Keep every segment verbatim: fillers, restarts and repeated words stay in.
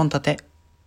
本立て。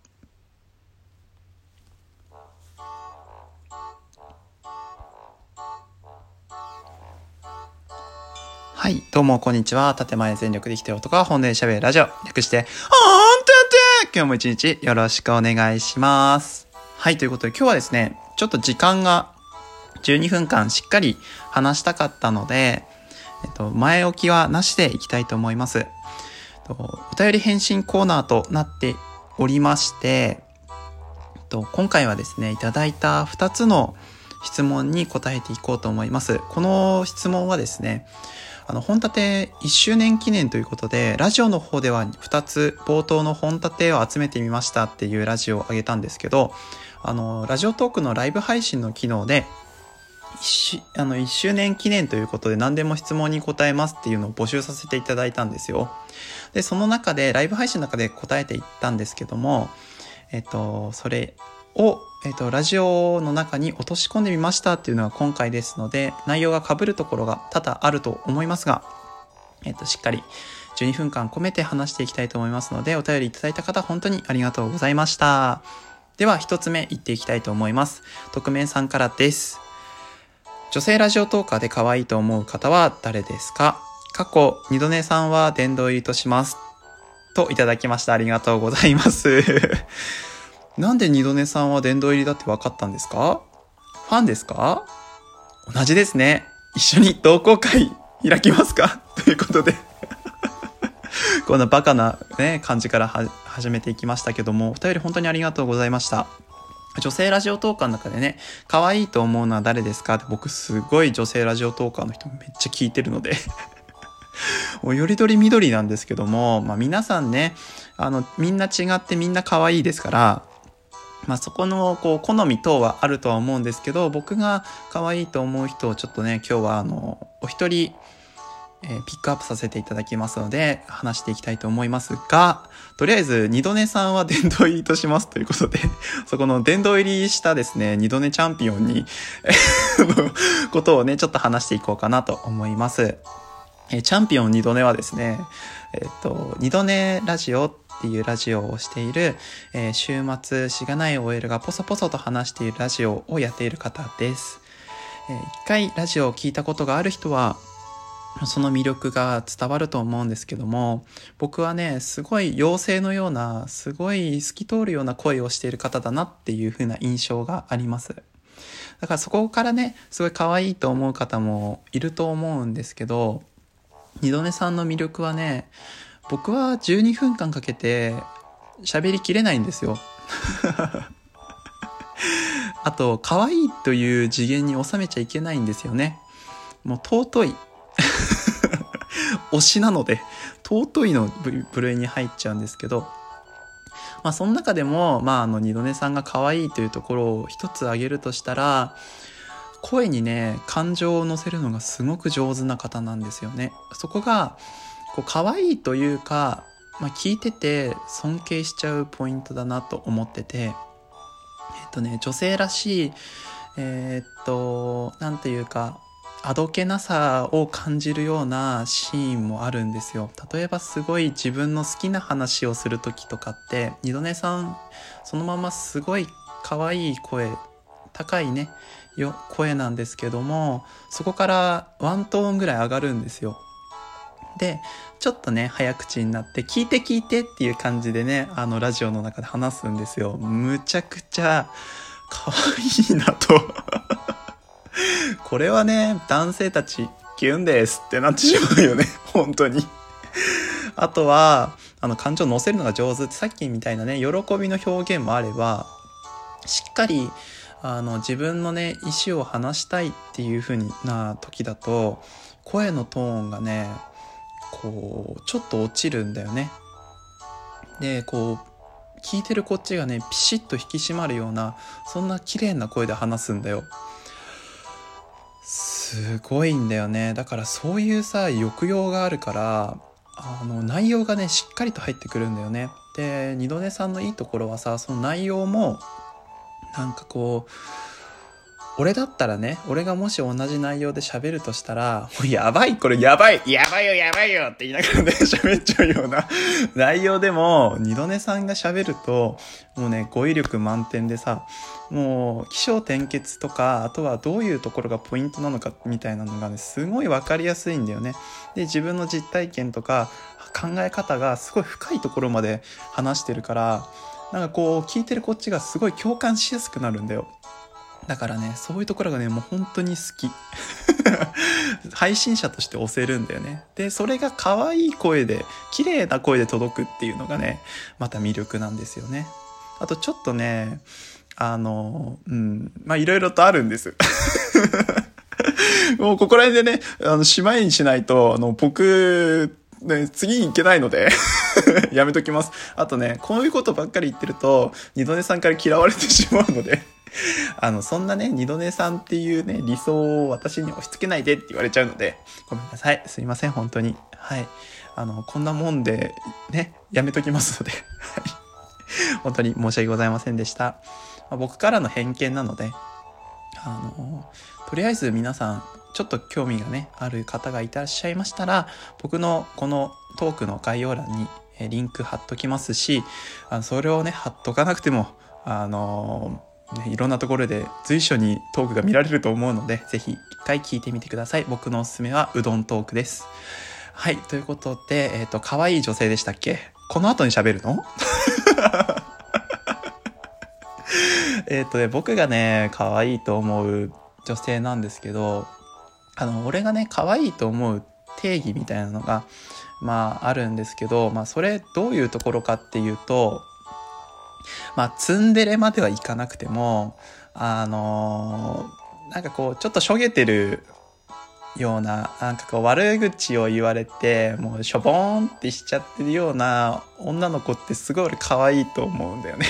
はい、どうもこんにちは。建前全力で生きてる男が本音で喋るラジオ、略して本立て。今日も一日よろしくお願いします。はい、ということで今日はですね、ちょっと時間がじゅうにふんかんしっかり話したかったので、えっと、前置きはなしでいきたいと思います。お便り返信コーナーとなっておりまして、今回はですね、いただいたふたつの質問に答えていこうと思います。この質問はですね、あの本立ていっしゅうねん記念ということで、ラジオの方ではふたつ冒頭の本立てを集めてみましたっていうラジオを上げたんですけど、あのラジオトークのライブ配信の機能でいっしゅあのいっしゅうねん記念ということで何でも質問に答えますっていうのを募集させていただいたんですよ。でその中でライブ配信の中で答えていったんですけども、えっとそれを、えっと、ラジオの中に落とし込んでみましたっていうのが今回ですので、内容が被るところが多々あると思いますが、えっと、しっかりじゅうにふんかん込めて話していきたいと思いますので、お便りいただいた方本当にありがとうございました。では一つ目いっていきたいと思います。匿名さんからです。女性ラジオトーカーで可愛いと思う方は誰ですか？過去二度寝さんは殿堂入りとしますといただきました。ありがとうございますなんで二度寝さんは殿堂入りだって分かったんですか？ファンですか？同じですね。一緒に同好会開きますかということでこんなバカな、ね、感じからは始めていきましたけども、お便り本当にありがとうございました。女性ラジオトーカーの中でね、可愛いと思うのは誰ですかって、僕すごい女性ラジオトーカーの人めっちゃ聞いてるのでもうよりどりみどりなんですけども、まあ、皆さんね、あのみんな違ってみんな可愛いですから、まあ、そこのこう好み等はあるとは思うんですけど、僕が可愛いと思う人をちょっとね、今日はあのお一人、えー、ピックアップさせていただきますので話していきたいと思いますが、とりあえず二度寝さんは殿堂入りとしますということでそこの殿堂入りしたですね、二度寝チャンピオンにことをねちょっと話していこうかなと思います。えー、チャンピオン二度寝はですね、えっと二度寝ラジオっていうラジオをしている、えー、週末しがない オーエル がポソポソと話しているラジオをやっている方です。えー、一回ラジオを聞いたことがある人はその魅力が伝わると思うんですけども、僕はねすごい妖精のような、すごい透き通るような声をしている方だなっていう風な印象があります。だからそこからねすごい可愛いと思う方もいると思うんですけど、二度寝さんの魅力はね、僕はじゅうにふんかんかけて喋りきれないんですよあと可愛いという次元に収めちゃいけないんですよね。もう尊い推しなので尊いの部類に入っちゃうんですけど、まあその中でもまああの二度寝さんが可愛いというところを一つ挙げるとしたら、声にね感情を乗せるのがすごく上手な方なんですよね。そこがこう可愛いというか、まあ、聞いてて尊敬しちゃうポイントだなと思ってて、えっとね女性らしいえー、っとなんていうかあどけなさを感じるようなシーンもあるんですよ。例えばすごい自分の好きな話をする時とかって二度寝さんそのまますごい可愛い声、高いねよ声なんですけども、そこからワントーンぐらい上がるんですよ。でちょっとね早口になって聞いて聞いてっていう感じでね、あのラジオの中で話すんですよ。むちゃくちゃ可愛いなとこれはね男性たちキュンですってなってしまうよね本当に。あとはあの感情を乗せるのが上手って、さっきみたいなね喜びの表現もあれば、しっかりあの自分のね意思を話したいっていう風な時だと声のトーンがねこうちょっと落ちるんだよね。でこう聞いてるこっちがねピシッと引き締まるような、そんな綺麗な声で話すんだよ。すごいんだよね。だからそういうさ抑揚があるから、あの内容がねしっかりと入ってくるんだよね。で二度寝さんのいいところはさ、その内容もなんかこ俺だったらね、俺がもし同じ内容で喋るとしたら、もうやばい、これやばい、やばいよ、やばいよって言いながらね、喋っちゃうような内容でも、二度寝さんが喋ると、もうね、語彙力満点でさ、もう、起承転結とか、あとはどういうところがポイントなのかみたいなのがね、すごいわかりやすいんだよね。で、自分の実体験とか、考え方がすごい深いところまで話してるから、なんかこう、聞いてるこっちがすごい共感しやすくなるんだよ。だからね、そういうところがね、もう本当に好き。配信者として推せるんだよね。で、それが可愛い声で、綺麗な声で届くっていうのがね、また魅力なんですよね。あとちょっとね、あの、うん、まあいろいろとあるんです。もうここら辺でね、あの、しまいにしないと、あの、僕、ね、次に行けないのでやめときます。あとね、こういうことばっかり言ってると、二度寝さんから嫌われてしまうのであの、そんなね、二度寝さんっていうね、理想を私に押し付けないでって言われちゃうので、ごめんなさい。すいません、本当に。はい。あの、こんなもんで、ね、やめときますので、はい。本当に申し訳ございませんでした。まあ、僕からの偏見なので、あの、とりあえず皆さん、ちょっと興味がね、ある方がいらっしゃいましたら、僕のこのトークの概要欄にリンク貼っときますし、あのそれをね、貼っとかなくても、あの、ね、いろんなところで随所にトークが見られると思うので、ぜひ一回聞いてみてください。僕のおすすめはうどんトークです。はい、ということで、えっと、可愛い女性でしたっけ？この後に喋るの？えっとね、僕がね、可愛いと思う女性なんですけど、あの、俺がね、可愛いと思う定義みたいなのが、まあ、あるんですけど、まあ、それどういうところかっていうと、まあ、ツンデレまではいかなくても、あのー、なんかこう、ちょっとしょげてるような、なんかこう、悪口を言われて、もうしょぼーんってしちゃってるような女の子ってすごい俺可愛いと思うんだよね。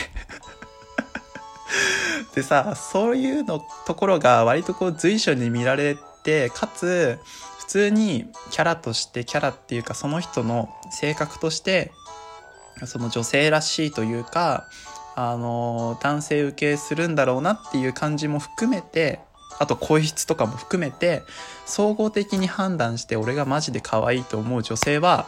でさ、そういうのところが割とこう随所に見られて、かつ、普通にキャラとして、キャラっていうかその人の性格として、その女性らしいというか、あの、男性受けするんだろうなっていう感じも含めて、あと声質とかも含めて、総合的に判断して俺がマジで可愛いと思う女性は、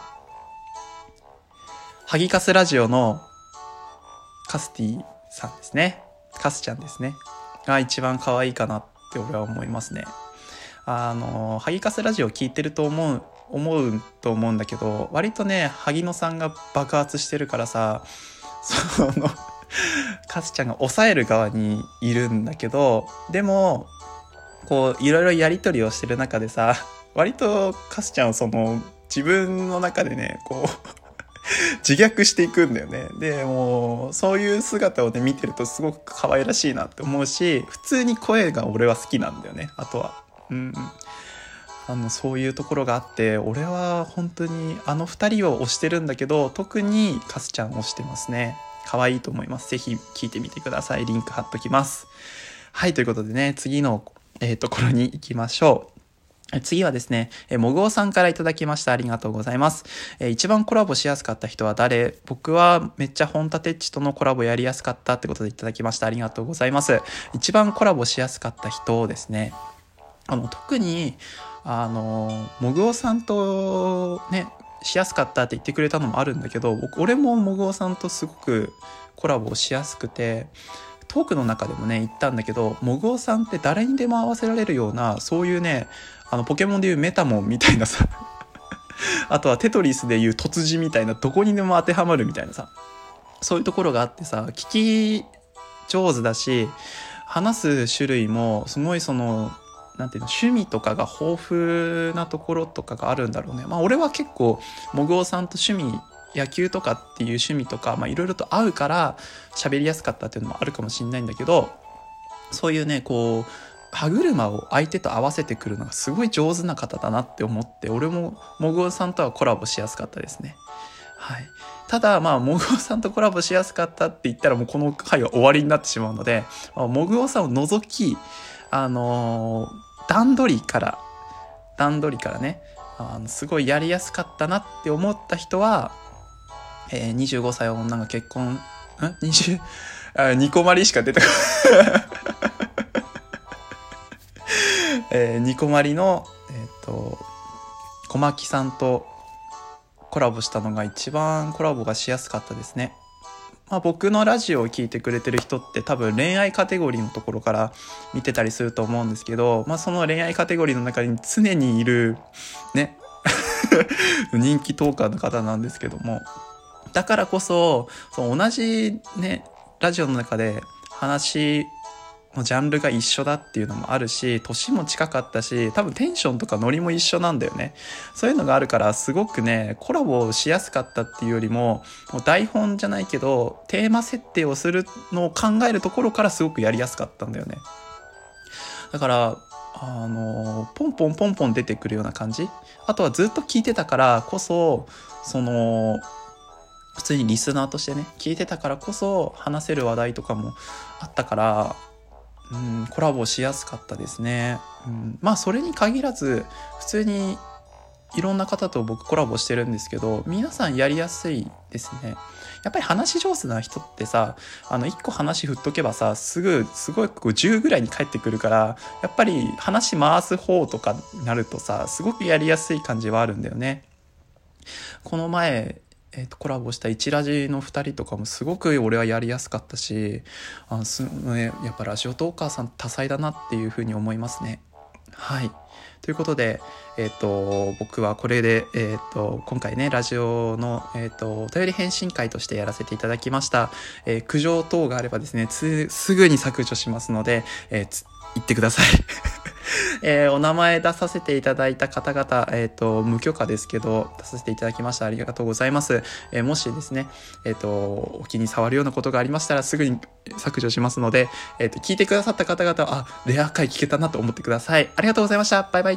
ハギカスラジオのカスティさんですね。カスちゃんですね。が一番可愛いかなって俺は思いますね。あの、ハギカスラジオ聞いてると思う、思うと思うんだけど、割とね、萩野さんが爆発してるからさ、その、カスちゃんが抑える側にいるんだけど、でも、こう、いろいろやりとりをしてる中でさ、割とカスちゃんはその、自分の中でね、こう、自虐していくんだよね。で、もう、そういう姿をね、見てるとすごく可愛らしいなって思うし、普通に声が俺は好きなんだよね、あとは。うん。あの、そういうところがあって、俺は本当にあの二人を推してるんだけど、特にカスちゃんを推してますね。可愛いと思います。ぜひ聞いてみてください。リンク貼っときます。はい、ということでね、次の、えー、ところに行きましょう。次はですね、えもぐおさんからいただきました。ありがとうございます。え一番コラボしやすかった人は誰？僕はめっちゃ本立てっちとのコラボやりやすかったってことでいただきました。ありがとうございます。一番コラボしやすかった人ですね。あの、特に、あの、もぐおさんとね、しやすかったって言ってくれたのもあるんだけど、僕、俺ももぐおさんとすごくコラボしやすくて、トークの中でもね言ったんだけど、もぐおさんって誰にでも合わせられるような、そういうね、あのポケモンでいうメタモンみたいなさあとはテトリスでいう突字みたいな、どこにでも当てはまるみたいなさ、そういうところがあってさ、聞き上手だし、話す種類もすごい、そのなんていうの、趣味とかが豊富なところとかがあるんだろうね。まあ俺は結構もぐおさんと趣味、野球とかっていう趣味とか、まあいろいろと合うから喋りやすかったっていうのもあるかもしれないんだけど、そういうね、こう歯車を相手と合わせてくるのがすごい上手な方だなって思って、俺ももぐおさんとはコラボしやすかったですね。はい。ただまあもぐおさんとコラボしやすかったって言ったらもうこの回は終わりになってしまうので、まあ、もぐおさんを除き、あのー、段取りから段取りからね、あのすごいやりやすかったなって思った人は、えー、にじゅうごさい女が結婚、ん ?にじゅう、あ、ニコマリしか出てこない。 えー、ニコマリの、えっと、小牧さんとコラボしたのが一番コラボがしやすかったですね。まあ、僕のラジオを聞いてくれてる人って多分恋愛カテゴリーのところから見てたりすると思うんですけど、まあ、その恋愛カテゴリーの中に常にいるね人気トーカーの方なんですけども、だからこそ、その同じねラジオの中で話のジャンルが一緒だっていうのもあるし、年も近かったし、多分テンションとかノリも一緒なんだよね。そういうのがあるからすごくねコラボしやすかったっていうよりも、もう台本じゃないけどテーマ設定をするのを考えるところからすごくやりやすかったんだよね。だからあのポンポンポンポン出てくるような感じ。あとはずっと聞いてたからこそ、その普通にリスナーとしてね聞いてたからこそ話せる話題とかもあったから、うん、コラボしやすかったですね。うん、まあそれに限らず普通にいろんな方と僕コラボしてるんですけど、皆さんやりやすいですね。やっぱり話し上手な人ってさ、あのいっこ話振っとけばさ、すぐすごいこうじゅうぐらいに返ってくるから、やっぱり話回す方とかになるとさ、すごくやりやすい感じはあるんだよね。この前えー、とコラボした一ラジのふたりとかもすごく俺はやりやすかったし、あす、ね、やっぱラジオトーカーさん多彩だなっていうふうに思いますね。はい。ということで、えっ、ー、と僕はこれで、えっ、ー、と今回ねラジオの、えー、とお便り返信会としてやらせていただきました。えー、苦情等があればですねつすぐに削除しますので、えー、つ言ってください。えー、お名前出させていただいた方々、えっ、ー、と、無許可ですけど、出させていただきました。ありがとうございます。えー、もしですね、えっ、ー、と、お気に障るようなことがありましたら、すぐに削除しますので、えっ、と、聞いてくださった方々は、あ、レア回聞けたなと思ってください。ありがとうございました。バイバイ。